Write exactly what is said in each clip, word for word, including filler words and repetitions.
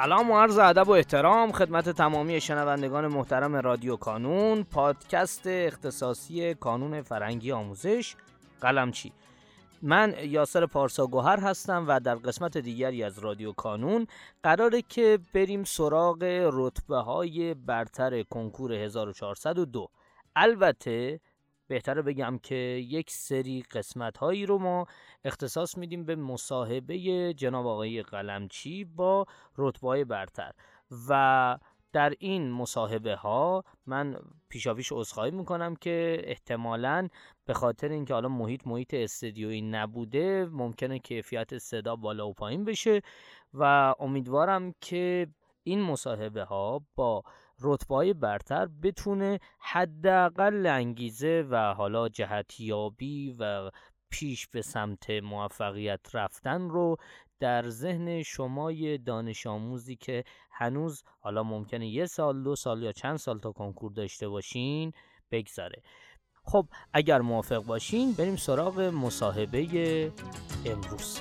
سلام و عرض ادب و احترام خدمت تمامی شنوندگان محترم رادیو کانون، پادکست اختصاصی کانون فرهنگی آموزش قلمچی. من یاسر پارسا گوهر هستم و در قسمت دیگری از رادیو کانون قراره که بریم سراغ رتبه های برتر کنکور هزار و چهارصد و دو. البته بهتره بگم که یک سری قسمت هایی رو ما اختصاص میدیم به مصاحبه جناب آقای قلمچی با رتبه های برتر و در این مصاحبه ها من پیشاپیش عذرخواهی میکنم که احتمالاً به خاطر اینکه حالا محیط محیط استودیویی نبوده ممکنه کیفیت صدا بالا و پایین بشه و امیدوارم که این مصاحبه ها با رتبه‌های برتر بتونه حداقل انگیزه و حالا جهتیابی و پیش به سمت موفقیت رفتن رو در ذهن شمای دانش آموزی که هنوز حالا ممکنه یه سال دو سال یا چند سال تا کنکور داشته باشین بگذاره. خب اگر موافق باشین بریم سراغ مصاحبه امروز.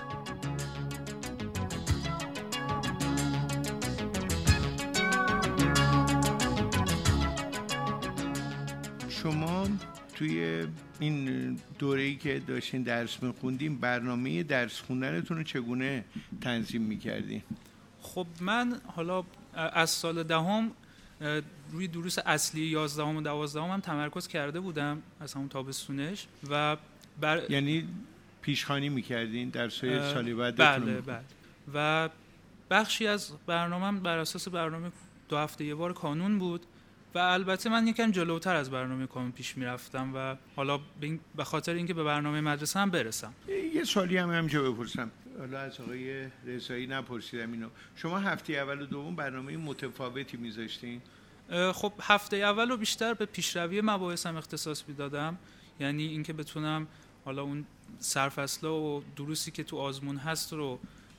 شما توی این دوره‌ای که داشتین درس می‌خوندین برنامه درس خوندنتون رو چگونه تنظیم می‌کردین؟ خب من حالا از سال دهم روی دروس اصلی یازدهم و دوازدهم هم تمرکز کرده بودم از همون تابستونش و بر... یعنی پیشخوانی می‌کردین درس‌های سال بعدتون؟ بله بله. و بخشی از برنامه‌ام بر اساس برنامه دو هفته یه بار کانون بود و البته من یکم جلوتر از برنامه کانون پیش میرفتم و حالا به خاطر اینکه به برنامه مدرسه هم برسم. یه سوالی هم همینجا بپرسم، حالا از آقای رضایی نپرسیدم اینو، شما هفته اول و دوم برنامه متفاوتی میذاشتین؟ خب هفته اول رو بیشتر به پیشروی مباحثم اختصاص میدادم، یعنی اینکه بتونم حالا اون سرفصلا و دروسی که تو آزمون هست رو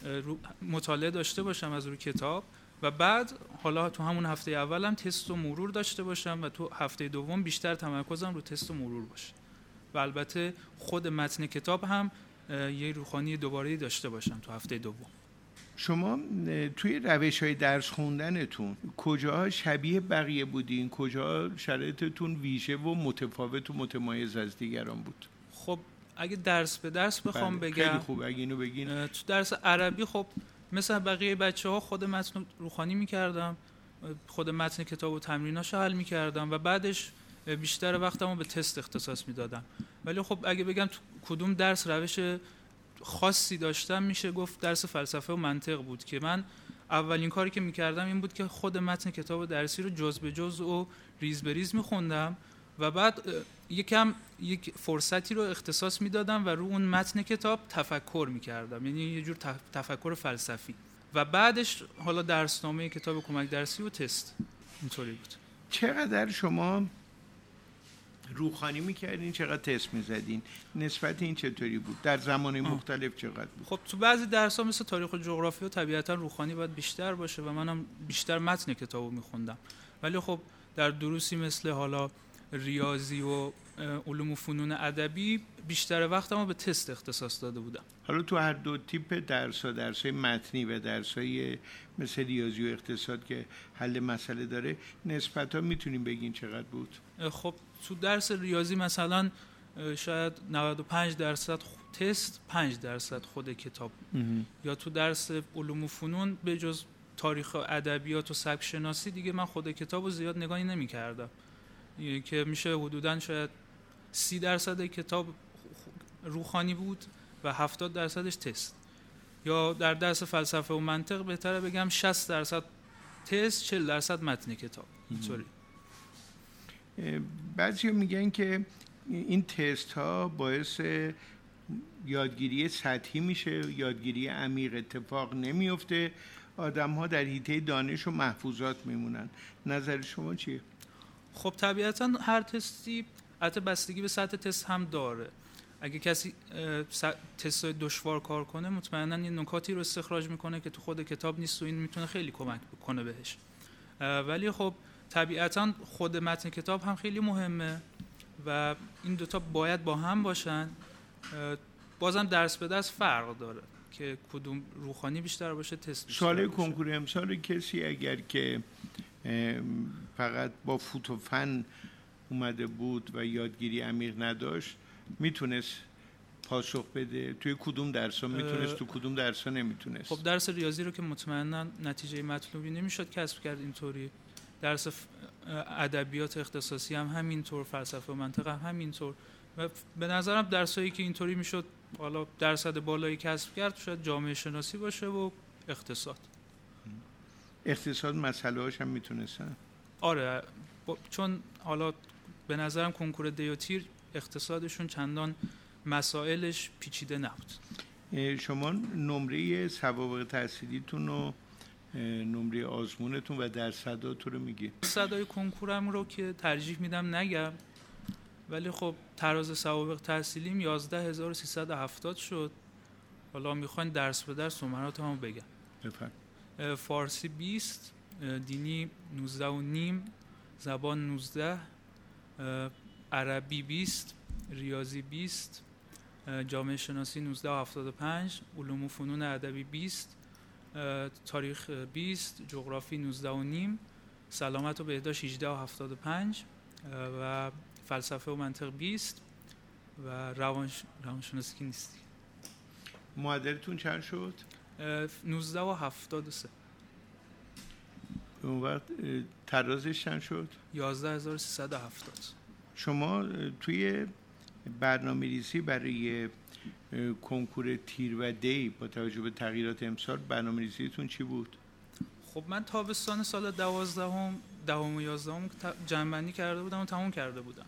مطالعه داشته باشم از روی کتاب و بعد حالا تو همون هفته اولم تست و مرور داشته باشم و تو هفته دوم بیشتر تمرکزم رو تست و مرور باشه و البته خود متن کتاب هم یه روخانی دوباره داشته باشم تو هفته دوم. شما توی روش‌های درس خوندنتون کجا شبیه بقیه بودین؟ کجا شرایطتون ویژه و متفاوت و متمایز از دیگران بود؟ خب اگه درس به درس بخوام بله. بگم خیلی خوب اگه اینو بگین. تو درس عربی خب مثل بقیه بچه‌ها خود متن روخانی می‌کردم، خود متن کتابو تمریناشو حل می‌کردم و بعدش بیشتر وقتمو به تست اختصاص میدادم. ولی خب اگه بگم تو کدوم درس روش خاصی داشتم میشه گفت درس فلسفه و منطق بود که من اولین کاری که می‌کردم این بود که خود متن کتاب درسی رو جز به جز و ریز به ریز می‌خوندم و بعد یکم یک فرصتی رو اختصاص میدادم و رو اون متن کتاب تفکر میکردم، یعنی یه جور تفکر فلسفی و بعدش حالا درسنامه کتاب کمک درسی و تست. اینطوری بود. چقدر شما روخانی میکردین، چقدر تست میزدین؟ نسبت این چطوری بود؟ در زمان مختلف چقدر بود؟ خب تو بعضی درس‌ها مثل تاریخ و جغرافیا طبیعتا روخانی باید بیشتر باشه و منم بیشتر متن کتابو میخوندم، ولی خب در دروسی مثل حالا ریاضی و علوم و فنون ادبی بیشتر وقتمو به تست اختصاص داده بودم. حالا تو هر دو تیپ درس‌ها، درس‌های متنی و درس‌های مثل ریاضی و اقتصاد که حل مسئله داره، نسبت‌ها میتونیم بگین چقدر بود؟ خب تو درس ریاضی مثلا شاید نود و پنج درصد تست، پنج درصد خود کتاب. یا تو درس علوم و فنون به جز تاریخ و ادبیات و سبک شناسی دیگه من خود کتابو زیاد نگاهی نمی‌کردم، که میشه حدوداً شاید سی درصد کتاب روخانی بود و هفتاد درصدش تست. یا در درس فلسفه و منطق بهتره بگم شصت درصد تست، چهل درصد متن کتاب. اینطوری. بعضی میگن که این تست ها باعث یادگیری سطحی میشه، یادگیری عمیق اتفاق نمیفته، آدم ها در حیطه دانش و محفوظات میمونن. نظر شما چیه؟ خب طبیعتا هر تستی البته بستگی به سطح تست هم داره. اگه کسی تستای دشوار کار کنه مطمئنا یه نکاتی رو استخراج میکنه که تو خود کتاب نیست و این میتونه خیلی کمک بکنه بهش. ولی خب طبیعتا خود متن کتاب هم خیلی مهمه و این دوتا باید با هم باشن. بازم درس به درس فرق داره که کدوم روخانی بیشتر باشه تست بیشتر سال باشه. کنکور امسال کسی اگر که فقط با فوت و فن اومده بود و یادگیری عمیق نداشت میتونست پاسخ بده؟ توی کدوم درس‌ها میتونست، تو کدوم درس‌ها نمیتونست؟ خب درس ریاضی رو که مطمئنا نتیجه مطلوبی نمیشد کسب کرد اینطوری. درس ادبیات اختصاصی هم همینطور، فلسفه و منطق هم همینطور. و به نظرم درسایی که اینطوری میشد حالا درصد بالایی کسب کرد شاید جامعه شناسی باشه و اقتصاد. اقتصاد مسئله‌هاش هم میتونستن؟ آره چون حالا به نظرم کنکور دی و تیر اقتصادشون چندان مسائلش پیچیده نبود. شما نمره سوابق تحصیلیتون و نمره آزمونتون و درصداتون رو میگی؟ درصدای کنکورم رو که ترجیح میدم نگم، ولی خب تراز سوابق تحصیلیم یازده هزار و سیصد و هفتاد شد. حالا میخواین درس به درس نمرات هم بگم. بفرم. فارسی بیست، دینی نوزده و نیم، زبان نوزده، عربی بیست، ریاضی بیست، جامعه شناسی نوزده و هفتاد و پنج، علوم و فنون ادبی بیست، تاریخ بیست، جغرافی نوزده و نیم، سلامت و بهداشت هجده و هفتاد و پنج و فلسفه و منطق بیست و روانش... روانشناسی که نیستی. معدلتون چند شد؟ نوزده و هفتاد و سه. اون وقت ترازش چند شد؟ یازده هزار و سیصد و هفتاد. شما توی برنامه ریزی برای کنکور تیر و دی با توجه به تغییرات امسال برنامه ریزیتون چی بود؟ خب من تابستان سال دوازدهم، دهم و یازدهم جمع‌بندی کرده بودم و تموم کرده بودم.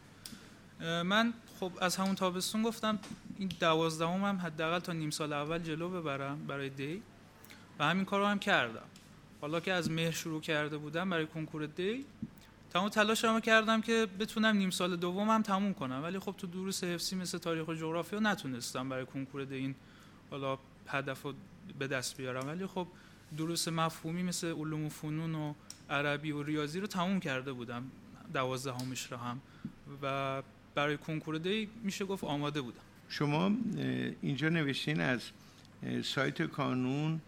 من خب از همون تابستون گفتم این دوازدهم هم حداقل تا نیم سال اول جلو ببرم برای دی و همین کارو هم کردم. حالا که از مهر شروع کرده بودم برای کنکور دی، تمام تلاشمو کردم که بتونم نیم سال دوم هم تموم کنم، ولی خب تو دروس حفظی مثل تاریخ و جغرافیا نتونستم برای کنکور دی این حالا هدفو به دست بیارم، ولی خب دروس مفهومی مثل علوم و فنون و عربی و ریاضی رو تموم کرده بودم دوازدهمش رو هم و برای کنکور دی میشه گفت آماده بودم. شما اینجا نوشتین از سایت کانون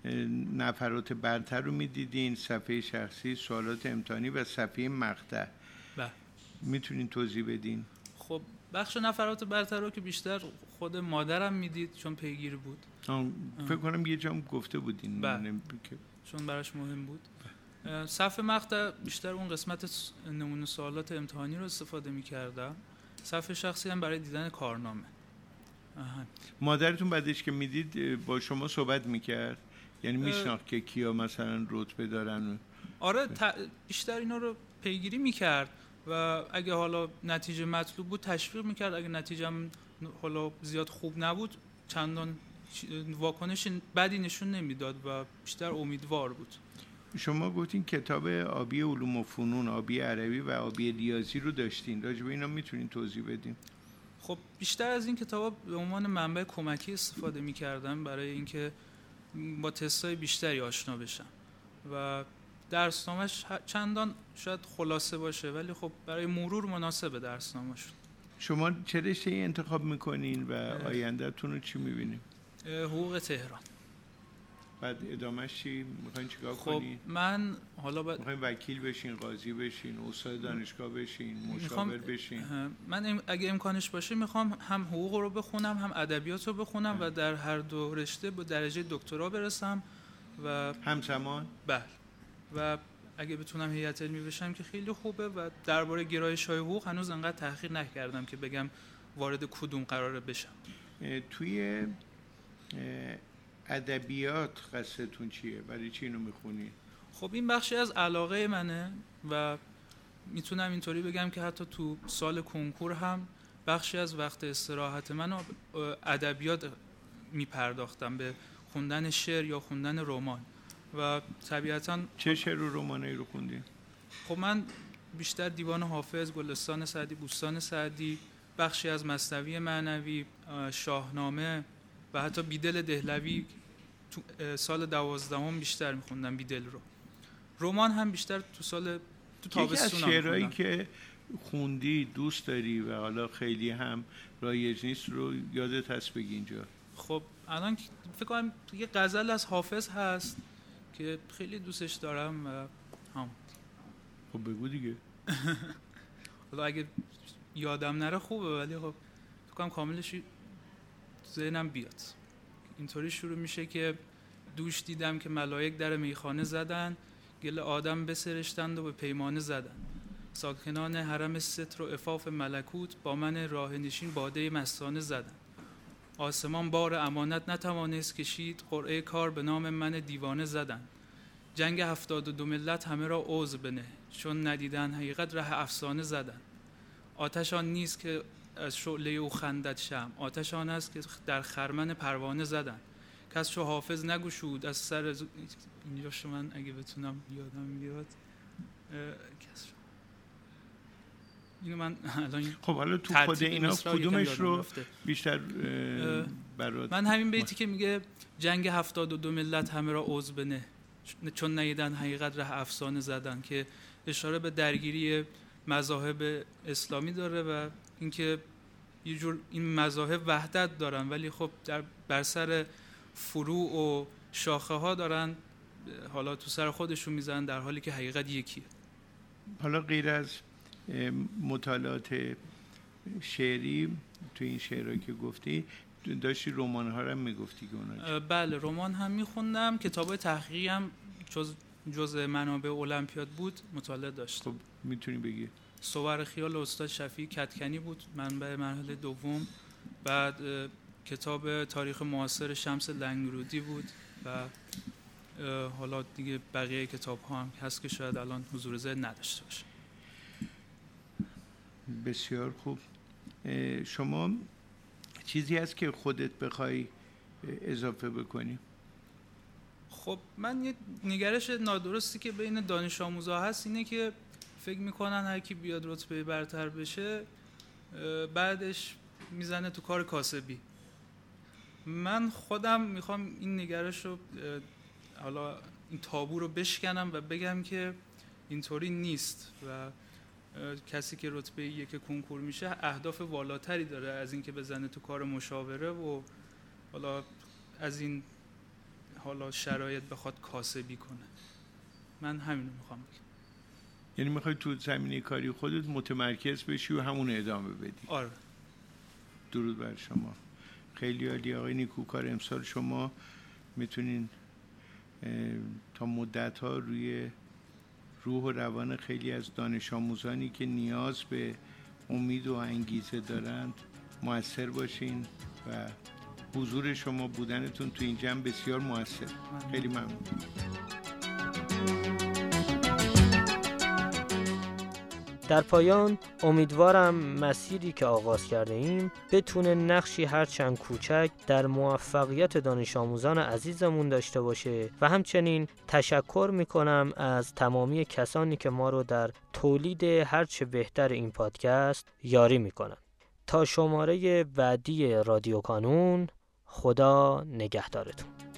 نفرات برتر رو میدیدین، صفحه شخصی، سوالات امتحانی و صفحه مقطع. بله. میتونین توضیح بدین؟ خب بخش نفرات برتر رو که بیشتر خود مادرم میدید چون پیگیر بود. فکر کنم یه جام گفته بودین. بله. چون براش مهم بود. صفحه مقطع بیشتر اون قسمت نمونه سوالات امتحانی رو استفاده میکردم. صفحه شخصی هم برای دیدن کارنامه. آها. مادرتون بعدش که میدید با شما صحبت میکرد؟ یعنی میشناخت که کیا مثلا رتبه دارن؟ آره بیشتر اینا رو پیگیری میکرد و اگه حالا نتیجه مطلوب بود تشویق میکرد، اگه نتیجه هم حالا زیاد خوب نبود چندان واکنش بدی نشون نمیداد و بیشتر امیدوار بود. شما گفتین کتاب آبی علوم و فنون، آبی عربی و آبی ریاضی رو داشتین، راجع به اینا میتونین توضیح بدین؟ خب بیشتر از این کتابا به عنوان منبع کمکی استفاده میکردم برای اینکه با تستای بیشتری آشنا بشم و درسنامه‌اش چندان شاید خلاصه باشه ولی خب برای مرور مناسبه درسنامه‌اش. شما چه رشته‌ای انتخاب میکنین و آینده‌تون رو چی میبینین؟ حقوق تهران. بعد ادامهش چی؟ میخواین چیکار خب کنین؟ من حالا بعد میخواین وکیل بشین، قاضی بشین، استاد دانشگاه بشین، مشاور بشین؟ من اگه امکانش باشه میخوام هم حقوق رو بخونم هم ادبیات رو بخونم و در هر دو رشته به درجه دکترا برسم و همزمان؟ بله. و اگه بتونم هیئت علمی بشم که خیلی خوبه و درباره گرایش‌های حقوق هنوز انقدر تحقیق نکردم که بگم وارد کدوم قراره بشم. توی ادبیات قصتون چیه؟ برای چی اینو میخونی؟ خب این بخشی از علاقه منه و میتونم اینطوری بگم که حتی تو سال کنکور هم بخشی از وقت استراحت من ادبیات میپرداختم به خوندن شعر یا خوندن رمان و طبیعتاً. چه شعر و رمانایی رو خوندین؟ خب من بیشتر دیوان حافظ، گلستان سعدی، بوستان سعدی، بخشی از مثنوی معنوی، شاهنامه و حتی بیدل دهلوی تو سال دوازدهم بیشتر میخوندم بیدل رو. رمان هم بیشتر تو سال تو تابستون. یکی از شعرهایی که خوندی دوست داری و حالا خیلی هم رایج نیست رو یادت هست بگی اینجا؟ خب الان فکر کنم یه غزل از حافظ هست که خیلی دوستش دارم و هم خب بگو دیگه. حالا اگه یادم نره خوبه، ولی خب فکر کنم کاملش ذهنم بیاد. اینطوری شروع میشه که دوش دیدم که ملائک در میخانه زدن، گل آدم بسرشتند و به پیمانه زدن. ساکنان حرم ستر و عفاف ملکوت با من راه نشین باده مستانه زدن. آسمان بار امانت نتوانست کشید، قرعه کار به نام من دیوانه زدن. جنگ هفتاد و دو ملت همه را عذر بنه، چون ندیدن حقیقت ره افسانه زدن. آتش آن نیست که از شعله او خندد شمع، آتش آن است که در خرمن پروانه زدن. کس چو حافظ نگشود از سر زو... اینجاش من اگه بتونم یادم بیاد کس اینو من الان خب حالا تو خود اینا کدومش رو بیشتر برات؟ من همین بیتی که میگه جنگ هفتاد و دو ملت همه را عذر بنه، چون نیدن حقیقت ره افسانه زدن، که اشاره به درگیری مذاهب اسلامی داره و اینکه یه جور این مذاهب وحدت دارن ولی خب در بر سر فروع و شاخه ها دارن حالا تو سر خودشون میزنن، در حالی که حقیقت یکیه. حالا غیر از مطالعات شعری تو این شعرهایی که گفتی، داشتی رمان ها رو هم میگفتی که اونا؟ بله، رمان هم میخوندم، کتاب تحقیقی هم جز جز منابع المپیاد بود مطالعه داشتم. خب میتونی بگی؟ صور خیال استاد شفیع کدکنی بود منبع مرحله دوم. بعد کتاب تاریخ معاصر شمس لنگرودی بود و حالا دیگه بقیه کتاب ها هم هست که شاید الان حضور ذهن نداشته باشه. بسیار خوب. شما چیزی هست که خودت بخوای اضافه بکنی؟ خب من یه نگرش نادرستی که بین دانش آموزها هست اینه که فکر میکنن هر کی بیاد رتبه برتر بشه بعدش میزنه تو کار کاسبی. من خودم میخوام این نگرش رو حالا این تابو رو بشکنم و بگم که اینطوری نیست و کسی که رتبه یک کنکور میشه اهداف والاتری داره از این که بزنه تو کار مشاوره و حالا از این حالا شرایط بخواد کاسبی کنه. من همین رو میخوام بگم. یعنی میخوای تو زمینه کاری خودت متمرکز بشی و همون ادامه بدی؟ آره. درود بر شما. خیلی عالی آقای نیکوکار. امسال شما میتونین تا مدت ها روی روح و روان خیلی از دانش آموزانی که نیاز به امید و انگیزه دارند مؤثر باشین و حضور شما بودنتون تو این جمع بسیار مؤثر. خیلی ممنون. در پایان امیدوارم مسیری که آغاز کرده ایم بتونه نقشی هرچند کوچک در موفقیت دانش آموزان عزیزمون داشته باشه و همچنین تشکر میکنم از تمامی کسانی که ما رو در تولید هرچه بهتر این پادکست یاری میکنن. تا شماره بعدی رادیو کانون، خدا نگهدارتون.